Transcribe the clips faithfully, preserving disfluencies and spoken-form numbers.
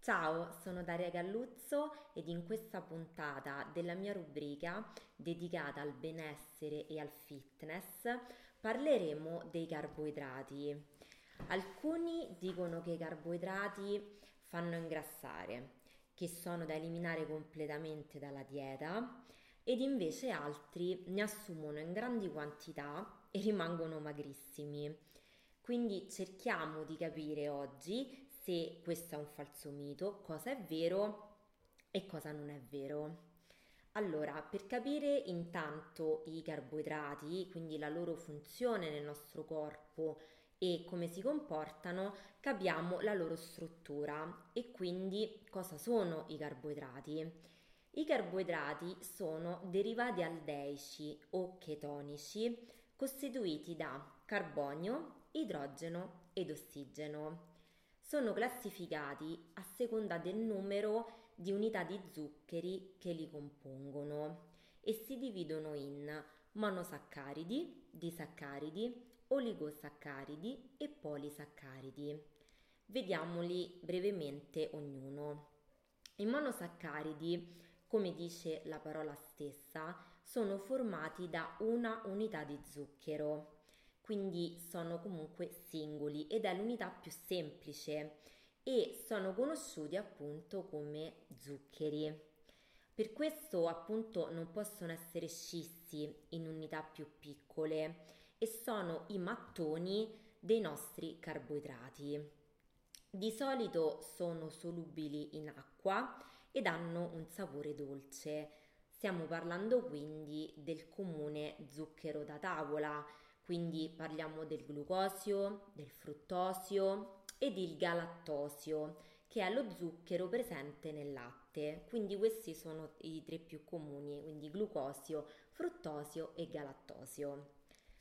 Ciao, sono Daria Galluzzo ed in questa puntata della mia rubrica dedicata al benessere e al fitness parleremo dei carboidrati. Alcuni dicono che i carboidrati fanno ingrassare, che sono da eliminare completamente dalla dieta, ed invece altri ne assumono in grandi quantità e rimangono magrissimi. Quindi cerchiamo di capire oggi se questo è un falso mito, cosa è vero e cosa non è vero. Allora, per capire intanto i carboidrati, quindi la loro funzione nel nostro corpo e come si comportano, capiamo la loro struttura e quindi cosa sono i carboidrati. I carboidrati sono derivati aldeici o chetonici costituiti da carbonio, idrogeno ed ossigeno. Sono classificati a seconda del numero di unità di zuccheri che li compongono e si dividono in monosaccaridi, disaccaridi, oligosaccaridi e polisaccaridi. Vediamoli brevemente ognuno. I monosaccaridi, come dice la parola stessa, sono formati da una unità di zucchero, quindi sono comunque singoli ed è l'unità più semplice e sono conosciuti appunto come zuccheri. Per questo appunto non possono essere scissi in unità più piccole e sono i mattoni dei nostri carboidrati. Di solito sono solubili in acqua ed hanno un sapore dolce. Stiamo parlando quindi del comune zucchero da tavola, quindi parliamo del glucosio, del fruttosio e del galattosio, che è lo zucchero presente nel latte. Quindi questi sono i tre più comuni, quindi glucosio, fruttosio e galattosio.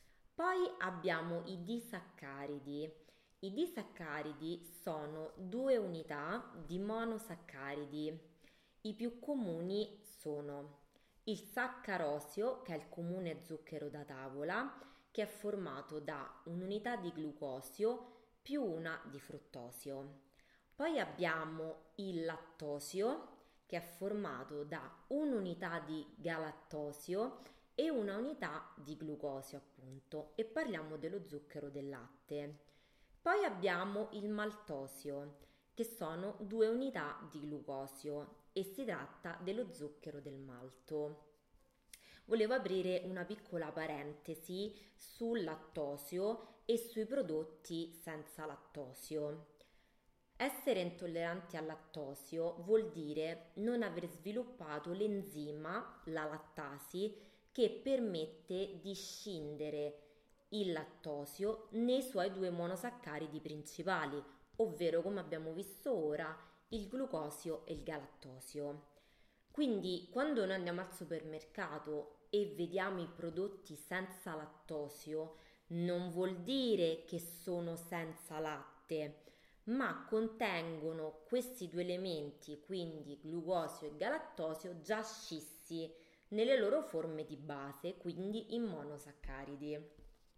Poi abbiamo i disaccaridi. I disaccaridi sono due unità di monosaccaridi. I più comuni sono il saccarosio, che è il comune zucchero da tavola, che è formato da un'unità di glucosio più una di fruttosio. Poi abbiamo il lattosio, che è formato da un'unità di galattosio e una unità di glucosio, appunto, e parliamo dello zucchero del latte. Poi abbiamo il maltosio, che sono due unità di glucosio e si tratta dello zucchero del malto. Volevo aprire una piccola parentesi sul lattosio e sui prodotti senza lattosio. Essere intolleranti al lattosio vuol dire non aver sviluppato l'enzima, la lattasi, che permette di scindere il lattosio nei suoi due monosaccaridi principali, ovvero come abbiamo visto ora il glucosio e il galattosio. Quindi quando noi andiamo al supermercato e vediamo i prodotti senza lattosio, non vuol dire che sono senza latte, ma contengono questi due elementi, quindi glucosio e galattosio, già scissi nelle loro forme di base, quindi in monosaccaridi.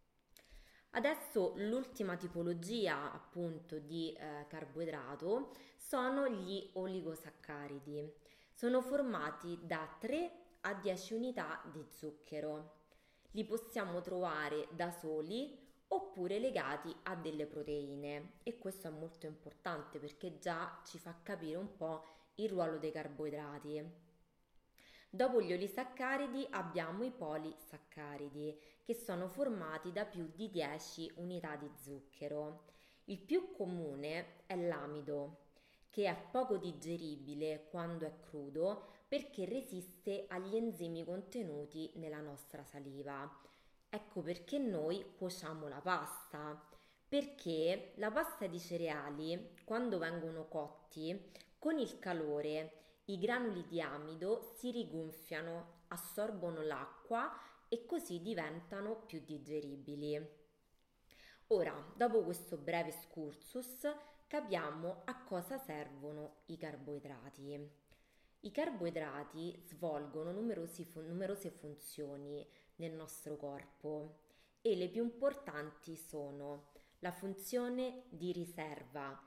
Adesso l'ultima tipologia appunto di eh, carboidrato sono gli oligosaccaridi. Sono formati da tre a dieci unità di zucchero. Li possiamo trovare da soli oppure legati a delle proteine e questo è molto importante perché già ci fa capire un po' il ruolo dei carboidrati. Dopo gli olisaccaridi abbiamo i polisaccaridi che sono formati da più di dieci unità di zucchero. Il più comune è l'amido, che è poco digeribile quando è crudo perché resiste agli enzimi contenuti nella nostra saliva. Ecco perché noi cuociamo la pasta, perché la pasta di cereali, quando vengono cotti, con il calore i granuli di amido si rigonfiano, assorbono l'acqua e così diventano più digeribili. Ora, dopo questo breve excursus, capiamo a cosa servono i carboidrati. I carboidrati svolgono numerosi fu- numerose funzioni nel nostro corpo e le più importanti sono la funzione di riserva,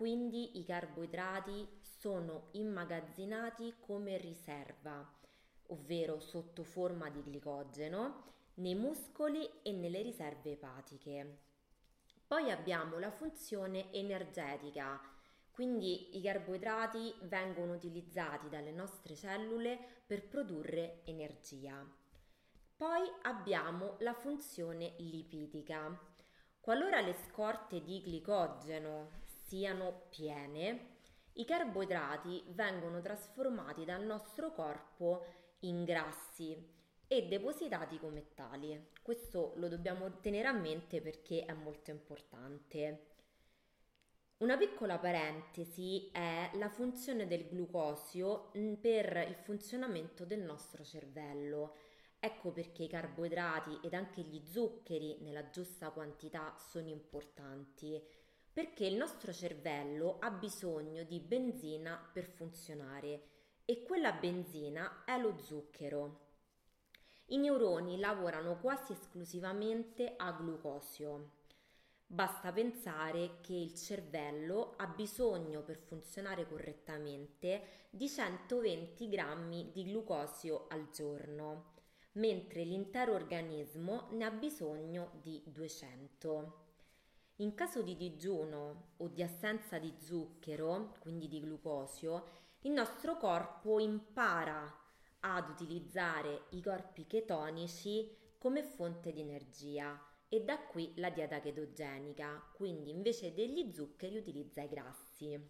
quindi i carboidrati sono immagazzinati come riserva, ovvero sotto forma di glicogeno, nei muscoli e nelle riserve epatiche. Poi abbiamo la funzione energetica, quindi i carboidrati vengono utilizzati dalle nostre cellule per produrre energia. Poi abbiamo la funzione lipidica. Qualora le scorte di glicogeno siano piene, i carboidrati vengono trasformati dal nostro corpo in grassi e depositati come tali. Questo lo dobbiamo tenere a mente perché è molto importante. Una piccola parentesi è la funzione del glucosio per il funzionamento del nostro cervello. Ecco perché i carboidrati ed anche gli zuccheri nella giusta quantità sono importanti, perché il nostro cervello ha bisogno di benzina per funzionare e quella benzina è lo zucchero. I neuroni lavorano quasi esclusivamente a glucosio. Basta pensare che il cervello ha bisogno per funzionare correttamente di centoventi grammi di glucosio al giorno, mentre l'intero organismo ne ha bisogno di duecento. In caso di digiuno o di assenza di zucchero, quindi di glucosio, il nostro corpo impara ad utilizzare i corpi chetonici come fonte di energia e da qui la dieta chetogenica, quindi invece degli zuccheri utilizza i grassi.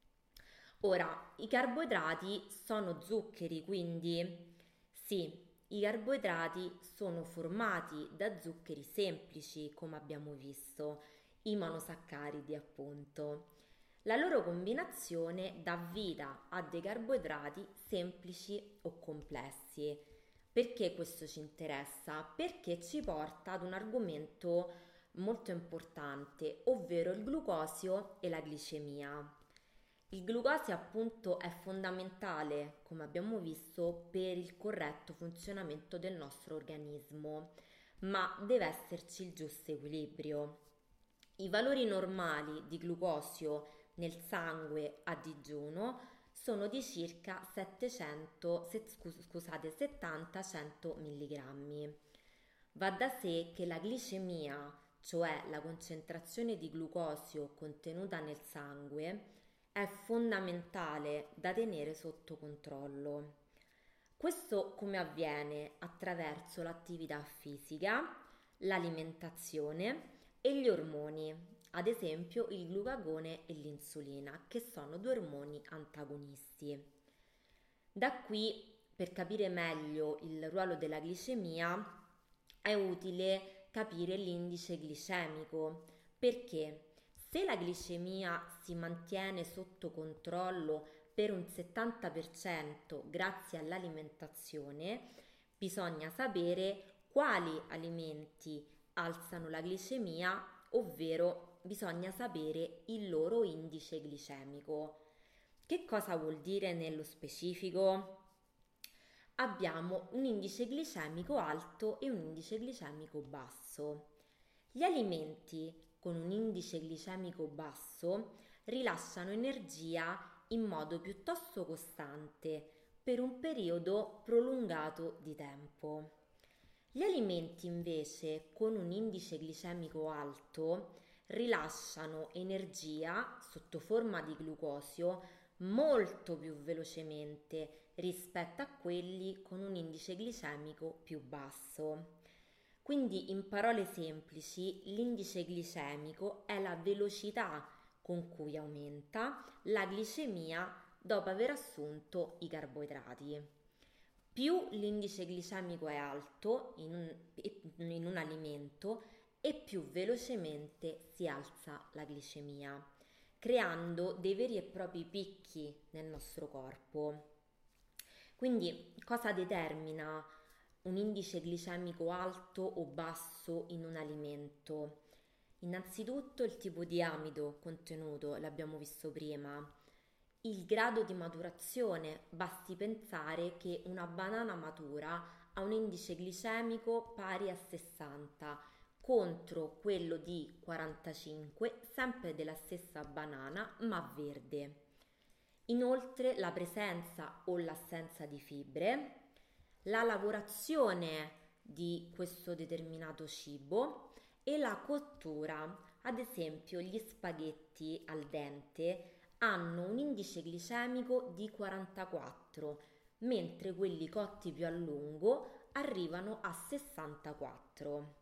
Ora, i carboidrati sono zuccheri, quindi sì, i carboidrati sono formati da zuccheri semplici, come abbiamo visto, i monosaccaridi appunto. La loro combinazione dà vita a dei carboidrati semplici o complessi. Perché questo ci interessa? Perché ci porta ad un argomento molto importante, ovvero il glucosio e la glicemia. Il glucosio appunto è fondamentale, come abbiamo visto, per il corretto funzionamento del nostro organismo, ma deve esserci il giusto equilibrio. I valori normali di glucosio nel sangue a digiuno sono di circa settecento, scusate, settanta cento milligrammi. Va da sé che la glicemia, cioè la concentrazione di glucosio contenuta nel sangue, è fondamentale da tenere sotto controllo. Questo come avviene? Attraverso l'attività fisica, l'alimentazione e gli ormoni, ad esempio il glucagone e l'insulina, che sono due ormoni antagonisti. Da qui, per capire meglio il ruolo della glicemia, è utile capire l'indice glicemico, perché se la glicemia si mantiene sotto controllo per un settanta per cento grazie all'alimentazione, bisogna sapere quali alimenti alzano la glicemia, ovvero bisogna sapere il loro indice glicemico. Che cosa vuol dire nello specifico? Abbiamo un indice glicemico alto e un indice glicemico basso. Gli alimenti con un indice glicemico basso rilasciano energia in modo piuttosto costante per un periodo prolungato di tempo. Gli alimenti invece con un indice glicemico alto rilasciano energia sotto forma di glucosio molto più velocemente rispetto a quelli con un indice glicemico più basso. Quindi, in parole semplici, l'indice glicemico è la velocità con cui aumenta la glicemia dopo aver assunto i carboidrati. Più l'indice glicemico è alto in un, in un alimento e più velocemente si alza la glicemia, creando dei veri e propri picchi nel nostro corpo. Quindi, cosa determina un indice glicemico alto o basso in un alimento? Innanzitutto il tipo di amido contenuto, l'abbiamo visto prima, il grado di maturazione, basti pensare che una banana matura ha un indice glicemico pari a sessanta, contro quello di quarantacinque, sempre della stessa banana ma verde. Inoltre la presenza o l'assenza di fibre, la lavorazione di questo determinato cibo e la cottura. Ad esempio, gli spaghetti al dente hanno un indice glicemico di quarantaquattro, mentre quelli cotti più a lungo arrivano a sessantaquattro.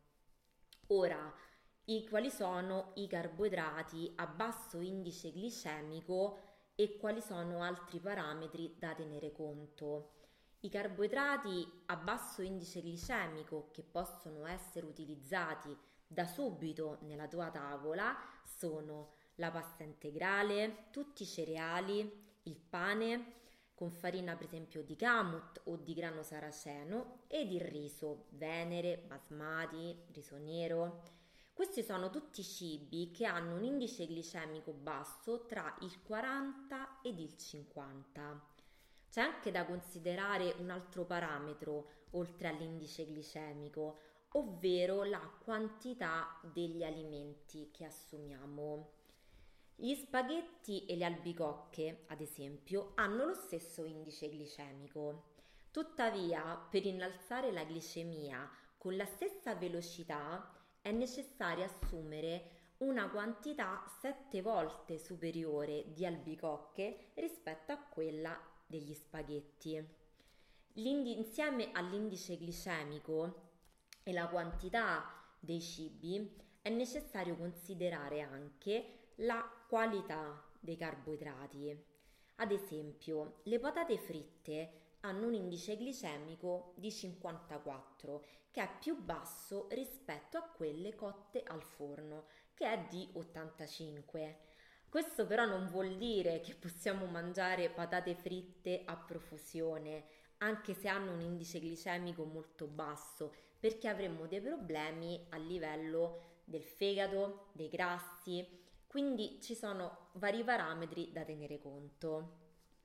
Ora, i, quali sono i carboidrati a basso indice glicemico e quali sono altri parametri da tenere conto? I carboidrati a basso indice glicemico che possono essere utilizzati da subito nella tua tavola sono la pasta integrale, tutti i cereali, il pane con farina per esempio di kamut o di grano saraceno ed il riso, venere, basmati, riso nero. Questi sono tutti cibi che hanno un indice glicemico basso tra il quaranta ed il cinquanta. C'è anche da considerare un altro parametro oltre all'indice glicemico, ovvero la quantità degli alimenti che assumiamo. Gli spaghetti e le albicocche, ad esempio, hanno lo stesso indice glicemico. Tuttavia, per innalzare la glicemia con la stessa velocità è necessario assumere una quantità sette volte superiore di albicocche rispetto a quella degli spaghetti. L'indi- insieme all'indice glicemico e la quantità dei cibi è necessario considerare anche la qualità dei carboidrati. Ad esempio, le patate fritte hanno un indice glicemico di cinquantaquattro, che è più basso rispetto a quelle cotte al forno, che è di ottantacinque. Questo però non vuol dire che possiamo mangiare patate fritte a profusione, anche se hanno un indice glicemico molto basso, perché avremmo dei problemi a livello del fegato, dei grassi, quindi ci sono vari parametri da tenere conto.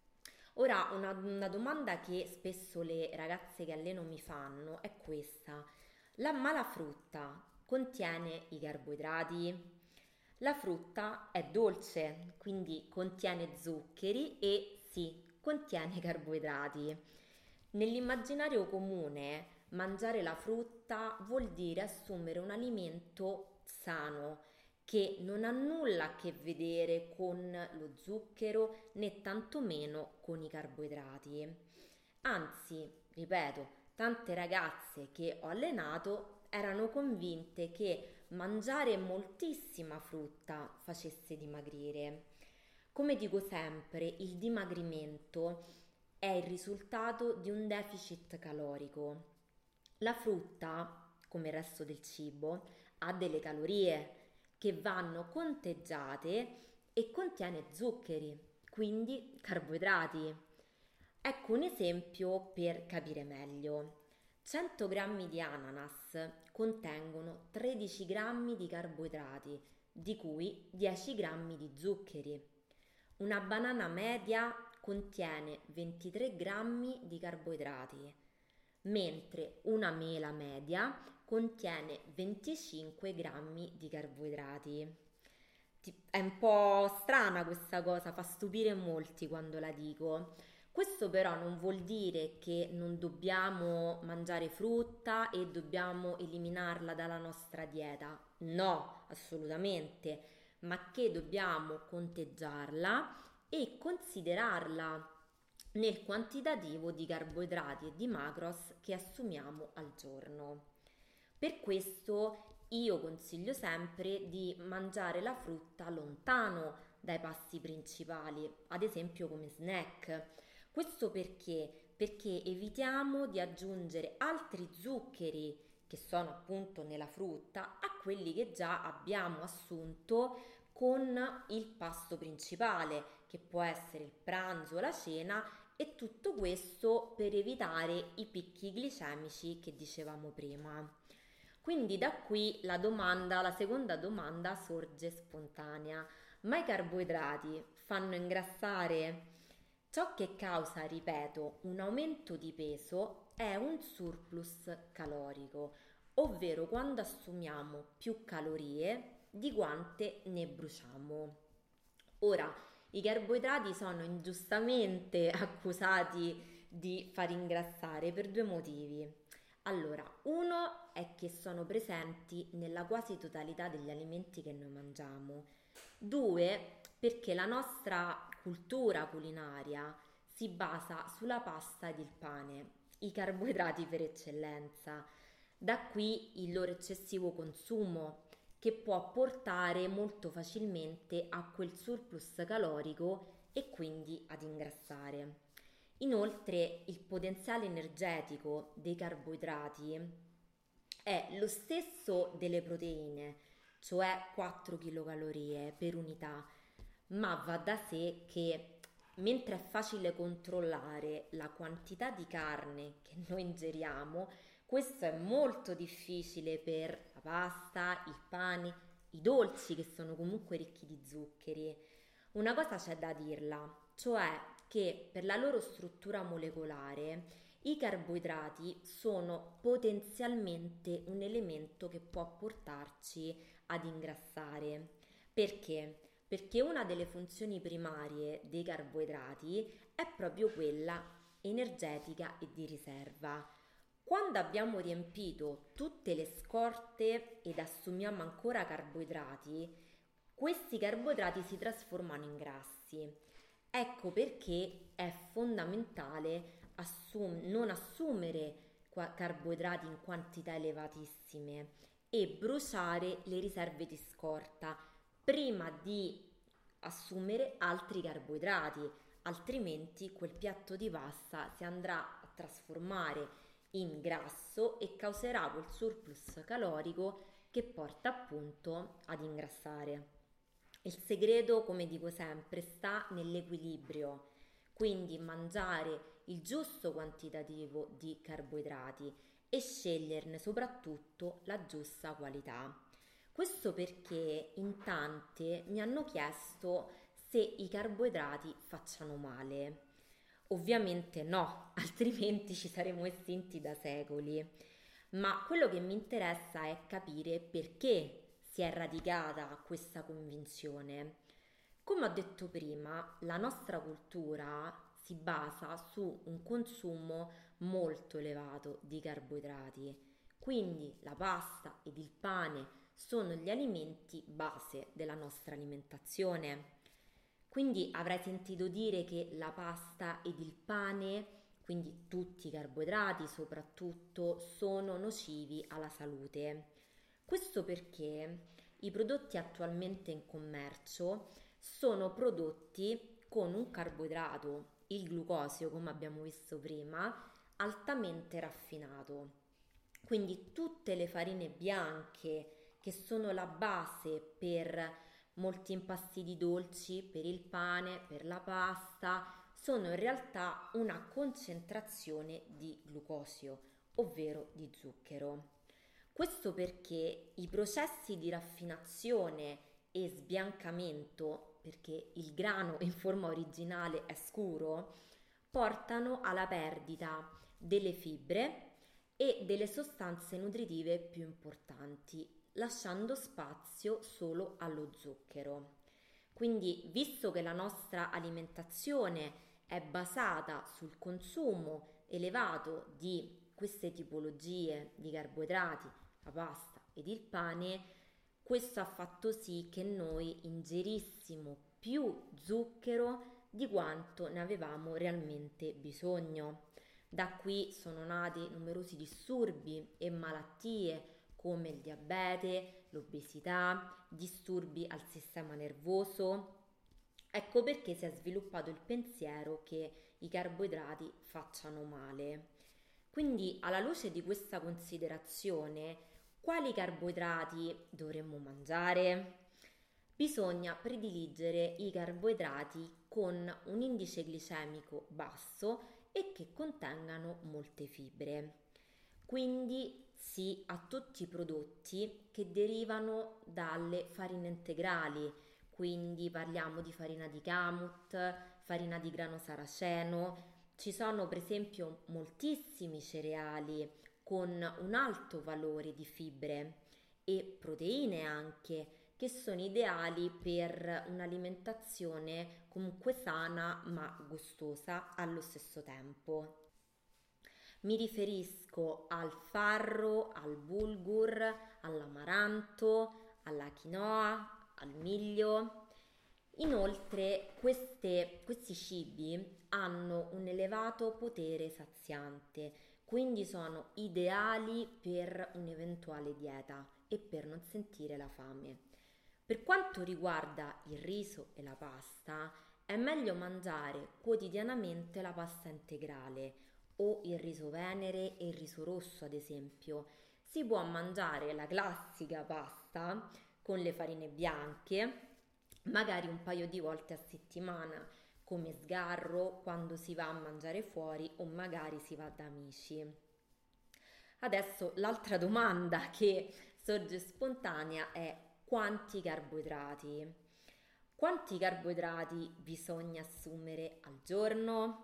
Ora, una, una domanda che spesso le ragazze che alleno mi fanno è questa: la malafrutta contiene i carboidrati? La frutta è dolce, quindi contiene zuccheri e sì, contiene carboidrati. Nell'immaginario comune, mangiare la frutta vuol dire assumere un alimento sano che non ha nulla a che vedere con lo zucchero né tantomeno con i carboidrati. Anzi, ripeto, tante ragazze che ho allenato erano convinte che mangiare moltissima frutta facesse dimagrire. Come dico sempre, il dimagrimento è il risultato di un deficit calorico. La frutta, come il resto del cibo, ha delle calorie che vanno conteggiate e contiene zuccheri, quindi carboidrati. Ecco un esempio per capire meglio. cento grammi di ananas contengono tredici grammi di carboidrati, di cui dieci grammi di zuccheri. Una banana media contiene ventitré grammi di carboidrati, mentre una mela media contiene venticinque grammi di carboidrati. È un po' strana questa cosa, fa stupire molti quando la dico. Questo però non vuol dire che non dobbiamo mangiare frutta e dobbiamo eliminarla dalla nostra dieta. No, assolutamente, ma che dobbiamo conteggiarla e considerarla nel quantitativo di carboidrati e di macros che assumiamo al giorno. Per questo io consiglio sempre di mangiare la frutta lontano dai pasti principali, ad esempio come snack. Questo perché? Perché evitiamo di aggiungere altri zuccheri che sono appunto nella frutta a quelli che già abbiamo assunto con il pasto principale, che può essere il pranzo o la cena, e tutto questo per evitare i picchi glicemici che dicevamo prima. Quindi da qui la domanda, la seconda domanda sorge spontanea: ma i carboidrati fanno ingrassare? Ciò che causa, ripeto, un aumento di peso è un surplus calorico, ovvero quando assumiamo più calorie di quante ne bruciamo. Ora, i carboidrati sono ingiustamente accusati di far ingrassare per due motivi. Allora, uno è che sono presenti nella quasi totalità degli alimenti che noi mangiamo. Due, perché la nostra cultura culinaria si basa sulla pasta ed il pane, i carboidrati per eccellenza. Da qui il loro eccessivo consumo, che può portare molto facilmente a quel surplus calorico e quindi ad ingrassare. Inoltre, il potenziale energetico dei carboidrati è lo stesso delle proteine, cioè quattro chilocalorie per unità, ma va da sé che mentre è facile controllare la quantità di carne che noi ingeriamo, questo è molto difficile per la pasta, il pane, i dolci che sono comunque ricchi di zuccheri. Una cosa c'è da dirla, cioè che per la loro struttura molecolare i carboidrati sono potenzialmente un elemento che può portarci ad ingrassare. Perché? Perché una delle funzioni primarie dei carboidrati è proprio quella energetica e di riserva. Quando abbiamo riempito tutte le scorte ed assumiamo ancora carboidrati, questi carboidrati si trasformano in grassi. Ecco perché è fondamentale assum- non assumere qua- carboidrati in quantità elevatissime e bruciare le riserve di scorta prima di assumere altri carboidrati, altrimenti quel piatto di pasta si andrà a trasformare in grasso e causerà quel surplus calorico che porta appunto ad ingrassare. Il segreto, come dico sempre, sta nell'equilibrio, quindi mangiare il giusto quantitativo di carboidrati e sceglierne soprattutto la giusta qualità. Questo perché in tante mi hanno chiesto se i carboidrati facciano male. Ovviamente no, altrimenti ci saremmo estinti da secoli. Ma quello che mi interessa è capire perché si è radicata questa convinzione. Come ho detto prima, la nostra cultura si basa su un consumo molto elevato di carboidrati, quindi la pasta ed il pane sono gli alimenti base della nostra alimentazione. Quindi avrai sentito dire che la pasta ed il pane, quindi tutti i carboidrati soprattutto, sono nocivi alla salute. Questo perché i prodotti attualmente in commercio sono prodotti con un carboidrato, il glucosio, come abbiamo visto prima, altamente raffinato. Quindi tutte le farine bianche che sono la base per molti impasti dolci, per il pane, per la pasta, sono in realtà una concentrazione di glucosio, ovvero di zucchero. Questo perché i processi di raffinazione e sbiancamento, perché il grano in forma originale è scuro, portano alla perdita delle fibre e delle sostanze nutritive più importanti, lasciando spazio solo allo zucchero. Quindi, visto che la nostra alimentazione è basata sul consumo elevato di queste tipologie di carboidrati, la pasta ed il pane, questo ha fatto sì che noi ingerissimo più zucchero di quanto ne avevamo realmente bisogno. Da qui sono nati numerosi disturbi e malattie come il diabete, l'obesità, disturbi al sistema nervoso. Ecco perché si è sviluppato il pensiero che i carboidrati facciano male. Quindi, alla luce di questa considerazione, quali carboidrati dovremmo mangiare? Bisogna prediligere i carboidrati con un indice glicemico basso e che contengano molte fibre. Quindi sì a tutti i prodotti che derivano dalle farine integrali, quindi parliamo di farina di kamut, farina di grano saraceno. Ci sono per esempio moltissimi cereali con un alto valore di fibre e proteine anche, che sono ideali per un'alimentazione comunque sana ma gustosa allo stesso tempo. Mi riferisco al farro, al bulgur, all'amaranto, alla quinoa, al miglio. Inoltre queste- questi cibi hanno un elevato potere saziante, quindi sono ideali per un'eventuale dieta e per non sentire la fame. Per quanto riguarda il riso e la pasta, è meglio mangiare quotidianamente la pasta integrale o il riso venere e il riso rosso, ad esempio. Si può mangiare la classica pasta con le farine bianche, magari un paio di volte a settimana, come sgarro quando si va a mangiare fuori o magari si va da amici. Adesso l'altra domanda che sorge spontanea è: quanti carboidrati? Quanti carboidrati bisogna assumere al giorno?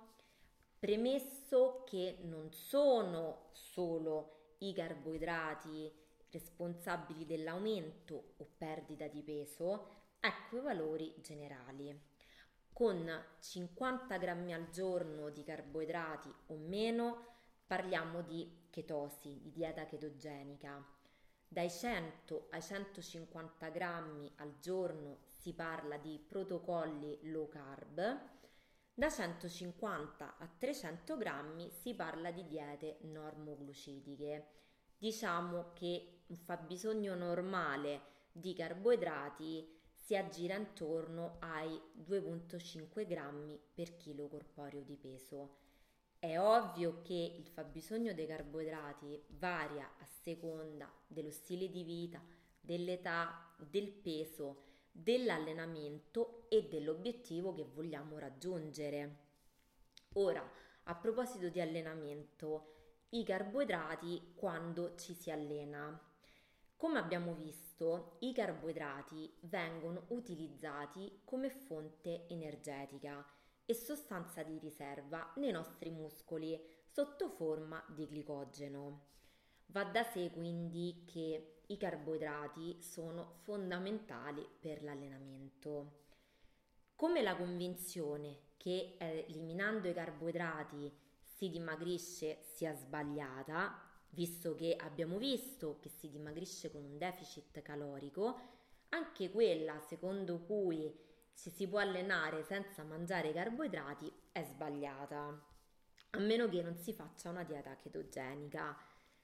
Premesso che non sono solo i carboidrati responsabili dell'aumento o perdita di peso, ecco i valori generali. Con cinquanta grammi al giorno di carboidrati o meno parliamo di chetosi, di dieta chetogenica. Dai cento ai centocinquanta grammi al giorno si parla di protocolli low carb, da centocinquanta a trecento grammi si parla di diete normoglucidiche. Diciamo che un fabbisogno normale di carboidrati si aggira intorno ai due virgola cinque grammi per chilo corporeo di peso. È ovvio che il fabbisogno dei carboidrati varia a seconda dello stile di vita, dell'età, del peso, dell'allenamento e dell'obiettivo che vogliamo raggiungere. Ora, a proposito di allenamento, i carboidrati quando ci si allena. Come abbiamo visto, i carboidrati vengono utilizzati come fonte energetica e sostanza di riserva nei nostri muscoli sotto forma di glicogeno. Va da sé quindi che i carboidrati sono fondamentali per l'allenamento. Come la convinzione che eh, eliminando i carboidrati si dimagrisce sia sbagliata, visto che abbiamo visto che si dimagrisce con un deficit calorico, anche quella secondo cui ci si può allenare senza mangiare carboidrati è sbagliata, a meno che non si faccia una dieta chetogenica.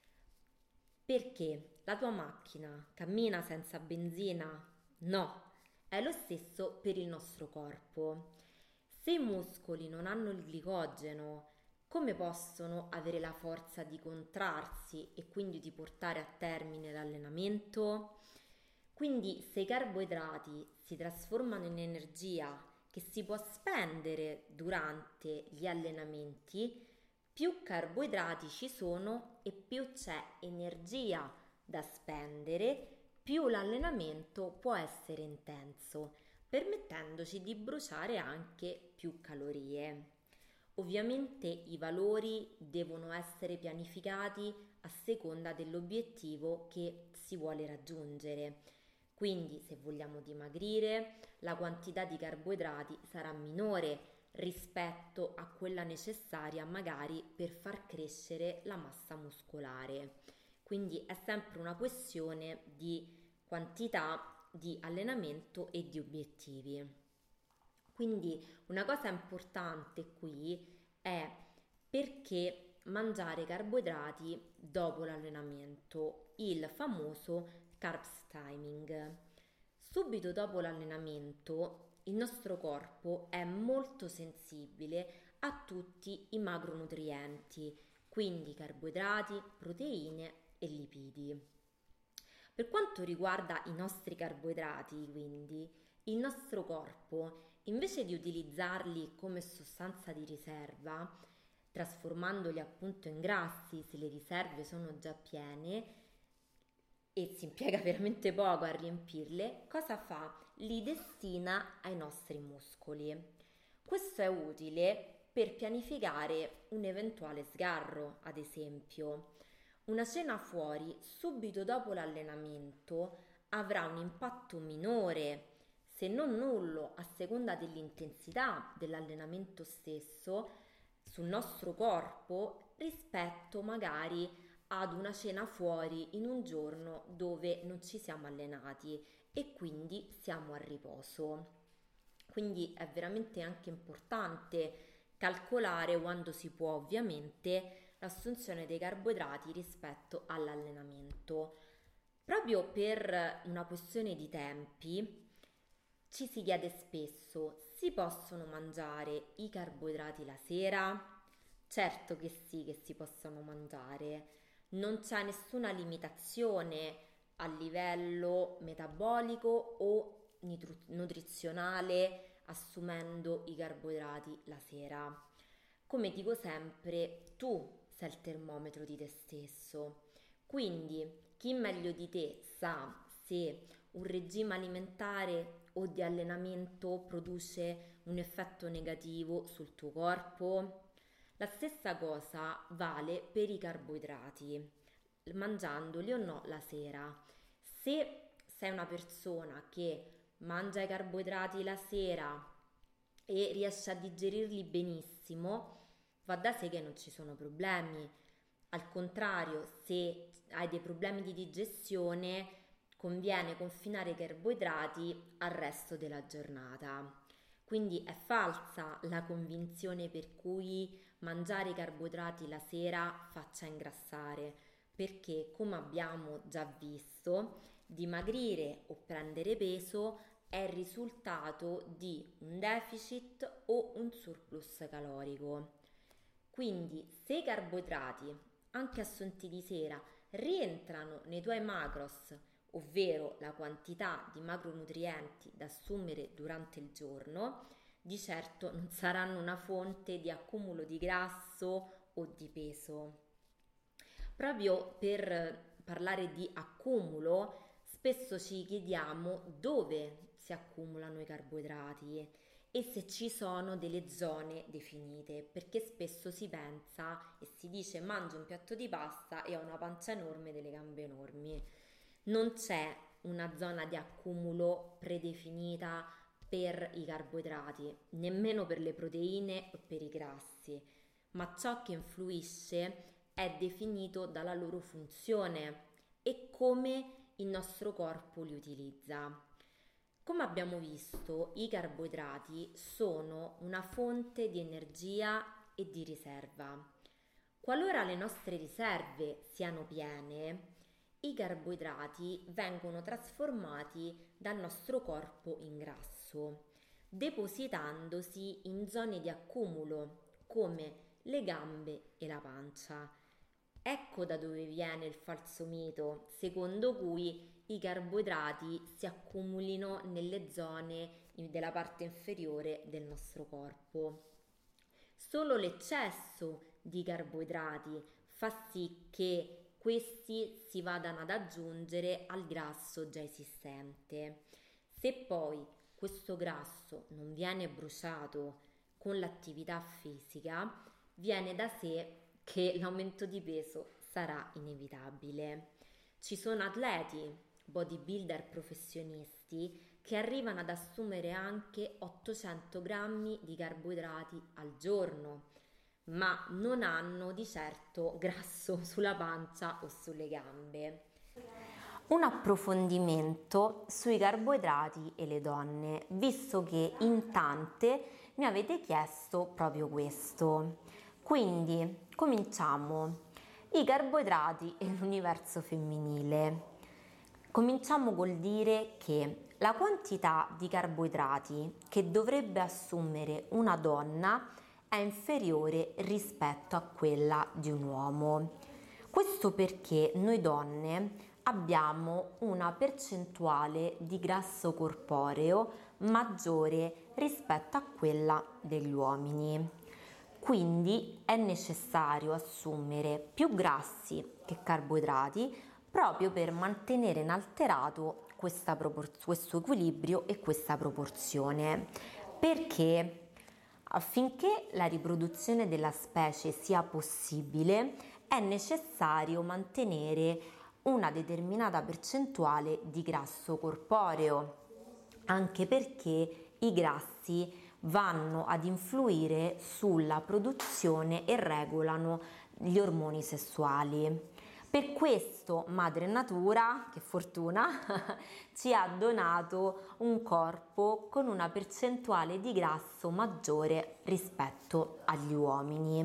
Perché la tua macchina cammina senza benzina? No, è lo stesso per il nostro corpo. Se i muscoli non hanno il glicogeno, come possono avere la forza di contrarsi e quindi di portare a termine l'allenamento? Quindi se i carboidrati si trasformano in energia che si può spendere durante gli allenamenti, più carboidrati ci sono e più c'è energia da spendere, più l'allenamento può essere intenso, permettendoci di bruciare anche più calorie. Ovviamente i valori devono essere pianificati a seconda dell'obiettivo che si vuole raggiungere. Quindi se vogliamo dimagrire, la quantità di carboidrati sarà minore rispetto a quella necessaria magari per far crescere la massa muscolare. Quindi è sempre una questione di quantità di allenamento e di obiettivi. Quindi una cosa importante qui è perché mangiare carboidrati dopo l'allenamento, il famoso carbs timing. Subito dopo l'allenamento il nostro corpo è molto sensibile a tutti i macronutrienti, quindi carboidrati, proteine e lipidi. Per quanto riguarda i nostri carboidrati, quindi, il nostro corpo, invece di utilizzarli come sostanza di riserva, trasformandoli appunto in grassi se le riserve sono già piene e si impiega veramente poco a riempirle, cosa fa? Li destina ai nostri muscoli. Questo è utile per pianificare un eventuale sgarro, ad esempio. una cena fuori subito dopo l'allenamento avrà un impatto minore, se non nullo, a seconda dell'intensità dell'allenamento stesso, sul nostro corpo rispetto magari ad una cena fuori in un giorno dove non ci siamo allenati e quindi siamo a riposo. Quindi è veramente anche importante calcolare, quando si può ovviamente, l'assunzione dei carboidrati rispetto all'allenamento. Proprio per una questione di tempi ci si chiede spesso: si possono mangiare i carboidrati la sera? Certo che sì, che si possono mangiare, non c'è nessuna limitazione a livello metabolico o nitru- nutrizionale assumendo i carboidrati la sera. Come dico sempre, tu sei il termometro di te stesso, quindi chi meglio di te sa se un regime alimentare o di allenamento produce un effetto negativo sul tuo corpo? La stessa cosa vale per i carboidrati, mangiandoli o no la sera. Se sei una persona che mangia i carboidrati la sera e riesce a digerirli benissimo, va da sé che non ci sono problemi. Al contrario, se hai dei problemi di digestione, conviene confinare i carboidrati al resto della giornata. Quindi è falsa la convinzione per cui mangiare i carboidrati la sera faccia ingrassare, perché come abbiamo già visto, dimagrire o prendere peso è il risultato di un deficit o un surplus calorico. Quindi se i carboidrati, anche assunti di sera, rientrano nei tuoi macros, ovvero la quantità di macronutrienti da assumere durante il giorno, di certo non saranno una fonte di accumulo di grasso o di peso. Proprio per parlare di accumulo, spesso ci chiediamo dove si accumulano i carboidrati e se ci sono delle zone definite, perché spesso si pensa e si dice: mangio un piatto di pasta e ho una pancia enorme e delle gambe enormi. Non c'è una zona di accumulo predefinita per i carboidrati, nemmeno per le proteine o per i grassi, ma ciò che influisce è definito dalla loro funzione e come il nostro corpo li utilizza. Come abbiamo visto, i carboidrati sono una fonte di energia e di riserva. Qualora le nostre riserve siano piene, i carboidrati vengono trasformati dal nostro corpo in grasso, depositandosi in zone di accumulo come le gambe e la pancia. Ecco da dove viene il falso mito secondo cui i carboidrati si accumulino nelle zone della parte inferiore del nostro corpo. Solo l'eccesso di carboidrati fa sì che questi si vadano ad aggiungere al grasso già esistente. Se poi questo grasso non viene bruciato con l'attività fisica, viene da sé che l'aumento di peso sarà inevitabile. Ci sono atleti, bodybuilder professionisti che arrivano ad assumere anche ottocento grammi di carboidrati al giorno, ma non hanno di certo grasso sulla pancia o sulle gambe. Un approfondimento sui carboidrati e le donne, visto che in tante mi avete chiesto proprio questo. Quindi cominciamo. I carboidrati e l'universo femminile. Cominciamo col dire che la quantità di carboidrati che dovrebbe assumere una donna è inferiore rispetto a quella di un uomo. Questo perché noi donne abbiamo una percentuale di grasso corporeo maggiore rispetto a quella degli uomini. Quindi è necessario assumere più grassi che carboidrati proprio per mantenere inalterato questa propor- questo equilibrio e questa proporzione. Perché affinché la riproduzione della specie sia possibile è necessario mantenere una determinata percentuale di grasso corporeo, anche perché i grassi vanno ad influire sulla produzione e regolano gli ormoni sessuali. Per questo Madre Natura, che fortuna, ci ha donato un corpo con una percentuale di grasso maggiore rispetto agli uomini.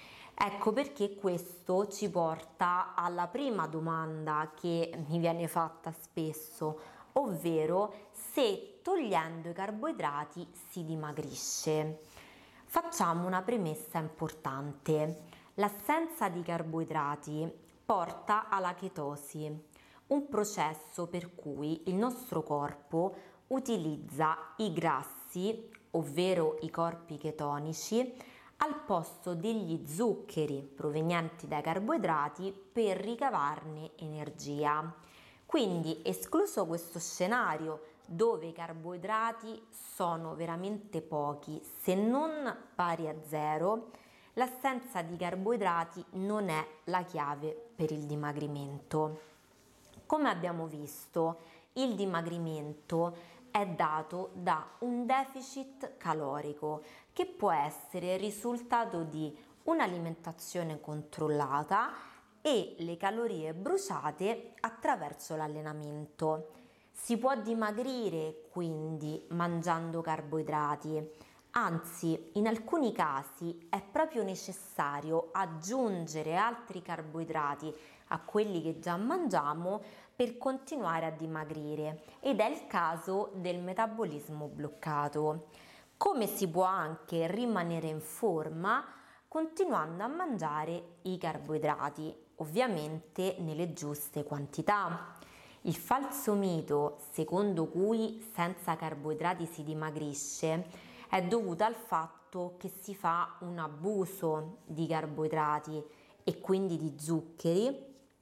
Ecco perché questo ci porta alla prima domanda che mi viene fatta spesso, ovvero se togliendo i carboidrati si dimagrisce. Facciamo una premessa importante. L'assenza di carboidrati porta alla chetosi, un processo per cui il nostro corpo utilizza i grassi, ovvero i corpi chetonici, al posto degli zuccheri provenienti dai carboidrati per ricavarne energia. Quindi, escluso questo scenario dove i carboidrati sono veramente pochi, se non pari a zero, l'assenza di carboidrati non è la chiave per il dimagrimento. Come abbiamo visto, il dimagrimento è dato da un deficit calorico che può essere il risultato di un'alimentazione controllata e le calorie bruciate attraverso l'allenamento. Si può dimagrire quindi mangiando carboidrati. Anzi, in alcuni casi è proprio necessario aggiungere altri carboidrati a quelli che già mangiamo per continuare a dimagrire, ed è il caso del metabolismo bloccato. Come si può anche rimanere in forma continuando a mangiare i carboidrati, ovviamente nelle giuste quantità. Il falso mito secondo cui senza carboidrati si dimagrisce è dovuto al fatto che si fa un abuso di carboidrati e quindi di zuccheri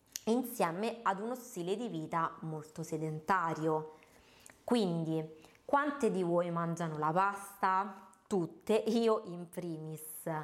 insieme ad uno stile di vita molto sedentario. Quindi, quante di voi mangiano la pasta? Tutte, io in primis.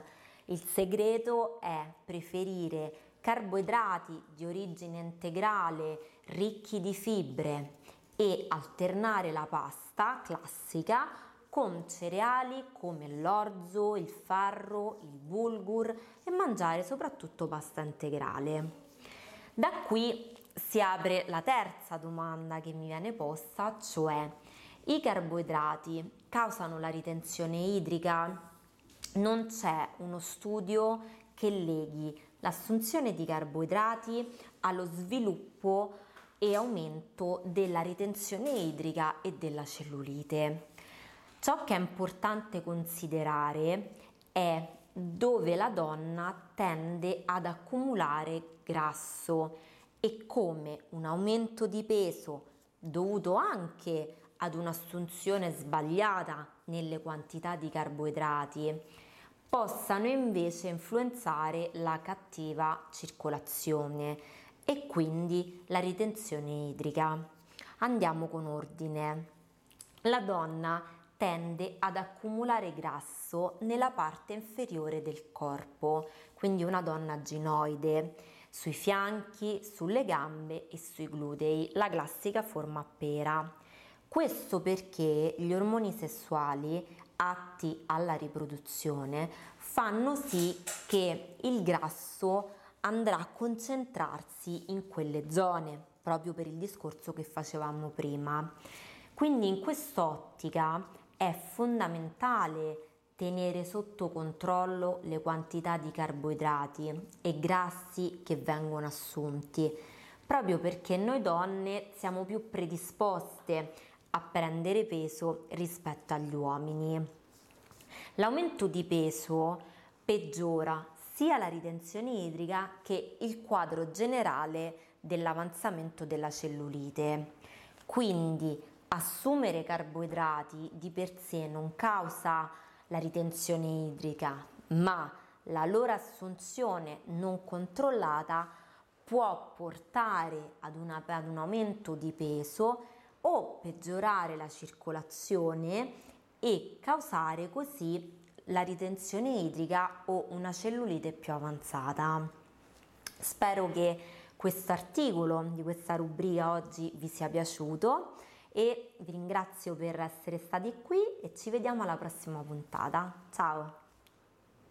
Il segreto è preferire carboidrati di origine integrale, ricchi di fibre, e alternare la pasta classica con cereali come l'orzo, il farro, il bulgur e mangiare soprattutto pasta integrale. Da qui si apre la terza domanda che mi viene posta, cioè: i carboidrati causano la ritenzione idrica? Non c'è uno studio che leghi l'assunzione di carboidrati allo sviluppo e aumento della ritenzione idrica e della cellulite. Ciò che è importante considerare è dove la donna tende ad accumulare grasso e come un aumento di peso dovuto anche ad un'assunzione sbagliata nelle quantità di carboidrati possano invece influenzare la cattiva circolazione e quindi la ritenzione idrica. Andiamo con ordine. La donna tende ad accumulare grasso nella parte inferiore del corpo, quindi una donna ginoide, sui fianchi, sulle gambe e sui glutei, la classica forma a pera. Questo perché gli ormoni sessuali atti alla riproduzione fanno sì che il grasso andrà a concentrarsi in quelle zone, proprio per il discorso che facevamo prima. Quindi in quest'ottica è fondamentale tenere sotto controllo le quantità di carboidrati e grassi che vengono assunti, proprio perché noi donne siamo più predisposte a prendere peso rispetto agli uomini. L'aumento di peso peggiora sia la ritenzione idrica che il quadro generale dell'avanzamento della cellulite. Quindi assumere carboidrati di per sé non causa la ritenzione idrica, ma la loro assunzione non controllata può portare ad, una, ad un aumento di peso o peggiorare la circolazione e causare così la ritenzione idrica o una cellulite più avanzata. Spero che questo articolo di questa rubrica oggi vi sia piaciuto e vi ringrazio per essere stati qui e ci vediamo alla prossima puntata. Ciao!